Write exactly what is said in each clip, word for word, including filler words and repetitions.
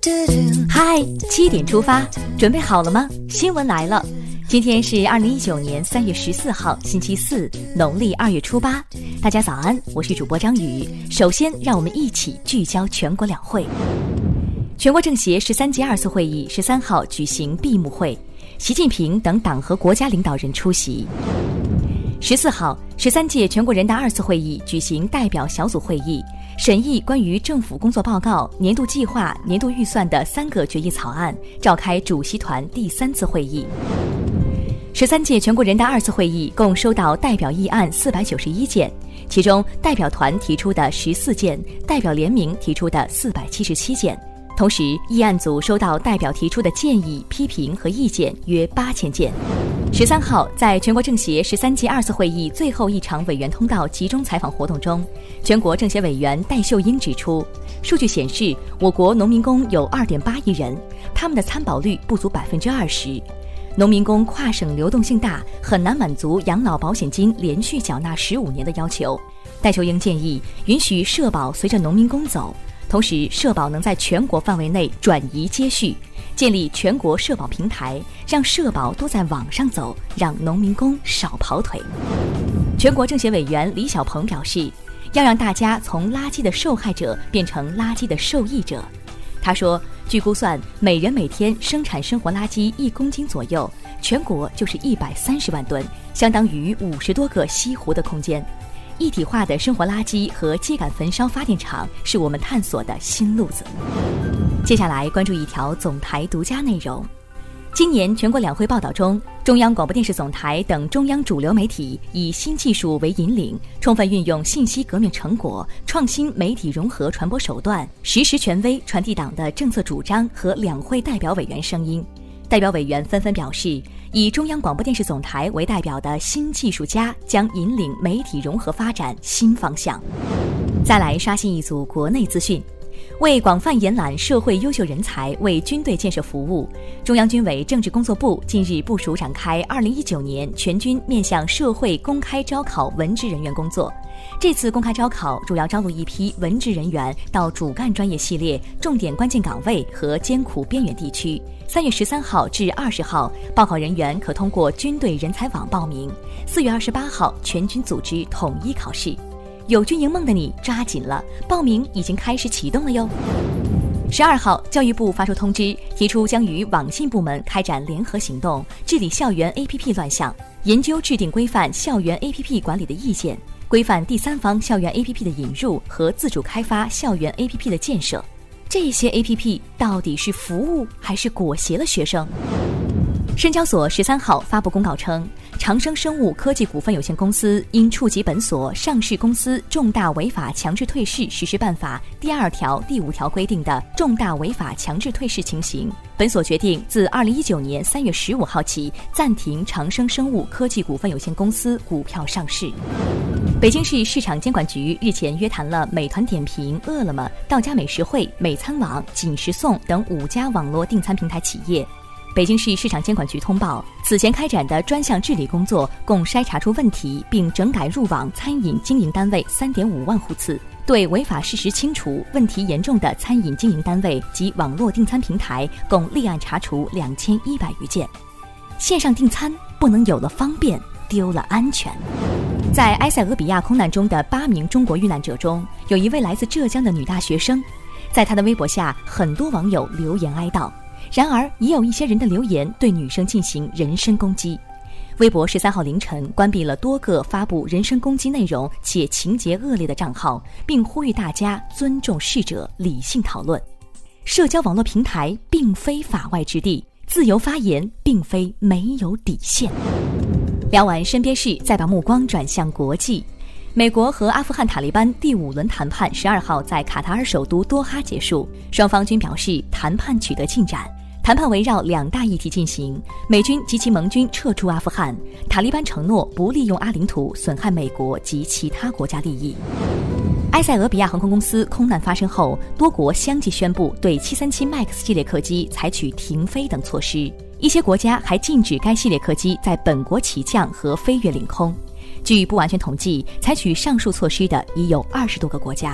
嗨，七点出发，准备好了吗？新闻来了，今天是二零一九年三月十四号，星期四，农历二月初八。大家早安，我是主播张宇。首先，让我们一起聚焦全国两会。全国政协十三届二次会议十三号举行闭幕会，习近平等党和国家领导人出席。十四号，十三届全国人大二次会议举行代表小组会议，审议关于政府工作报告、年度计划、年度预算的三个决议草案，召开主席团第三次会议。十三届全国人大二次会议共收到代表议案四百九十一件，其中代表团提出的十四件，代表联名提出的四百七十七件。同时，议案组收到代表提出的建议、批评和意见约八千件。十三号，在全国政协十三届二次会议最后一场委员通道集中采访活动中，全国政协委员戴秀英指出，数据显示，我国农民工有 二点八亿人，他们的参保率不足 百分之二十。农民工跨省流动性大，很难满足养老保险金连续缴纳十五年的要求。戴秀英建议允许社保随着农民工走，同时社保能在全国范围内转移接续，建立全国社保平台，让社保都在网上走，让农民工少跑腿。全国政协委员李小鹏表示，要让大家从垃圾的受害者变成垃圾的受益者。他说，据估算，每人每天生产生活垃圾一公斤左右，全国就是一百三十万吨，相当于五十多个西湖的空间。一体化的生活垃圾和秸秆焚烧发电厂是我们探索的新路子。接下来关注一条总台独家内容。今年全国两会报道中，中央广播电视总台等中央主流媒体以新技术为引领，充分运用信息革命成果，创新媒体融合传播手段，实时权威传递党的政策主张和两会代表委员声音。代表委员纷纷表示，以中央广播电视总台为代表的新技术家将引领媒体融合发展新方向。再来刷新一组国内资讯。为广泛延揽社会优秀人才，为军队建设服务，中央军委政治工作部近日部署展开二零一九年全军面向社会公开招考文职人员工作。这次公开招考主要招录一批文职人员到主干专业系列、重点关键岗位和艰苦边远地区。三月十三号至二十号，报考人员可通过军队人才网报名。四月二十八号，全军组织统一考试。有军营梦的你抓紧了，报名已经开始启动了哟。十二号，教育部发出通知，提出将与网信部门开展联合行动，治理校园 A P P 乱象，研究制定规范校园 A P P 管理的意见，规范第三方校园 A P P 的引入和自主开发校园 A P P 的建设。这些 A P P 到底是服务还是裹挟了学生？深交所十三号发布公告称，长生生物科技股份有限公司因触及本所上市公司重大违法强制退市实施办法第二条、第五条规定的重大违法强制退市情形，本所决定自二零一九年三月十五号起暂停长生生物科技股份有限公司股票上市。北京市市场监管局日前约谈了美团点评、饿了么、道家美食汇、美餐网、锦食送等五家网络订餐平台企业。北京市市场监管局通报，此前开展的专项治理工作共筛查出问题，并整改入网餐饮经营单位 三点五万户次，对违法事实清楚、问题严重的餐饮经营单位及网络订餐平台共立案查处两千一百余件。线上订餐不能有了方便，丢了安全。在埃塞俄比亚空难中的八名中国遇难者中，有一位来自浙江的女大学生，在她的微博下，很多网友留言哀悼。然而，也有一些人的留言对女生进行人身攻击。微博十三号凌晨关闭了多个发布人身攻击内容且情节恶劣的账号，并呼吁大家尊重逝者，理性讨论。社交网络平台并非法外之地，自由发言并非没有底线。聊完身边事，再把目光转向国际。美国和阿富汗塔利班第五轮谈判十二号在卡塔尔首都多哈结束，双方均表示谈判取得进展。谈判围绕两大议题进行，美军及其盟军撤出阿富汗，塔利班承诺不利用阿领土损害美国及其他国家利益。埃塞俄比亚航空公司空难发生后，多国相继宣布对七三七 MAX 系列客机采取停飞等措施，一些国家还禁止该系列客机在本国起降和飞越领空。据不完全统计，采取上述措施的已有二十多个国家。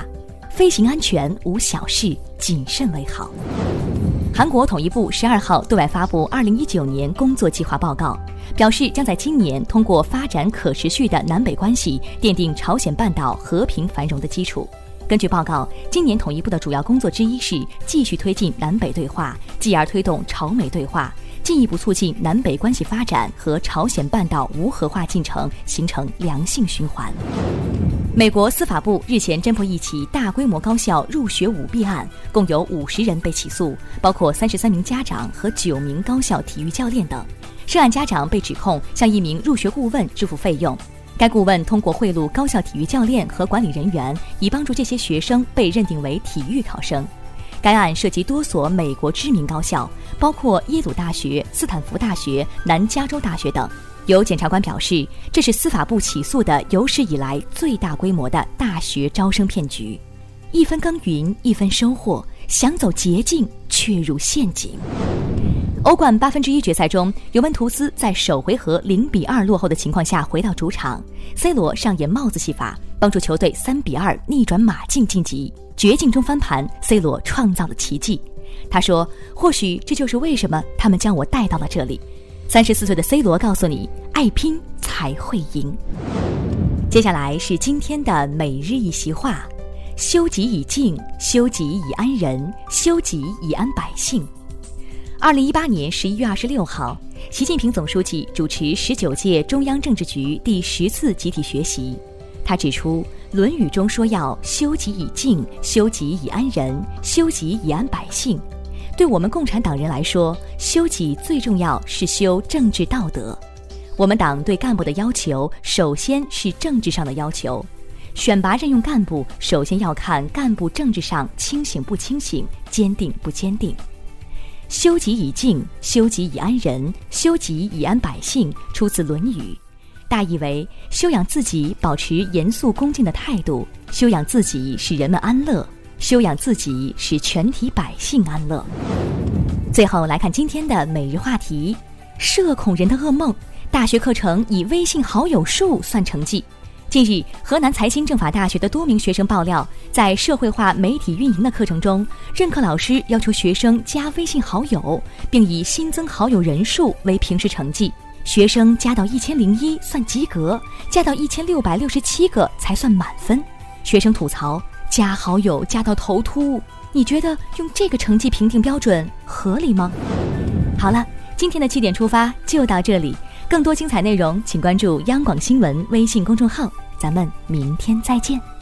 飞行安全无小事，谨慎为好。韩国统一部十二号对外发布二零一九年工作计划报告，表示将在今年通过发展可持续的南北关系，奠定朝鲜半岛和平繁荣的基础。根据报告，今年统一部的主要工作之一是继续推进南北对话，继而推动朝美对话，进一步促进南北关系发展和朝鲜半岛无核化进程形成良性循环。美国司法部日前侦破一起大规模高校入学舞弊案，共有五十人被起诉，包括三十三名家长和九名高校体育教练等。涉案家长被指控向一名入学顾问支付费用，该顾问通过贿赂高校体育教练和管理人员，以帮助这些学生被认定为体育考生。该案涉及多所美国知名高校，包括耶鲁大学、斯坦福大学、南加州大学等。有检察官表示，这是司法部起诉的有史以来最大规模的大学招生骗局。一分耕耘一分收获，想走捷径却入陷阱。欧冠八分之一决赛中，尤文图斯在首回合零比二落后的情况下回到主场 ，C 罗上演帽子戏法，帮助球队三比二逆转马竞晋级。绝境中翻盘 ，C 罗创造了奇迹。他说：“或许这就是为什么他们将我带到了这里。”三十四岁的 C 罗告诉你，爱拼才会赢。接下来是今天的每日一席话：修己以敬，修己以安人，修己以安百姓。二零一八年十一月二十六号，习近平总书记主持十九届中央政治局第十次集体学习。他指出，《论语》中说要修己以敬，修己以安人，修己以安百姓。对我们共产党人来说，修己最重要是修政治道德。我们党对干部的要求，首先是政治上的要求。选拔任用干部，首先要看干部政治上清醒不清醒，坚定不坚定。修己以敬，修己以安人，修己以安百姓，出自《论语》，大意为修养自己，保持严肃恭敬的态度；修养自己，使人们安乐；修养自己，使全体百姓安乐。最后来看今天的每日话题：社恐人的噩梦，大学课程以微信好友数算成绩。近日，河南财经政法大学的多名学生爆料，在社会化媒体运营的课程中，任课老师要求学生加微信好友，并以新增好友人数为平时成绩。学生加到一千零一算及格，加到一千六百六十七个才算满分。学生吐槽，加好友加到头秃，你觉得用这个成绩评定标准合理吗？好了，今天的七点出发就到这里，更多精彩内容请关注央广新闻微信公众号，咱们明天再见。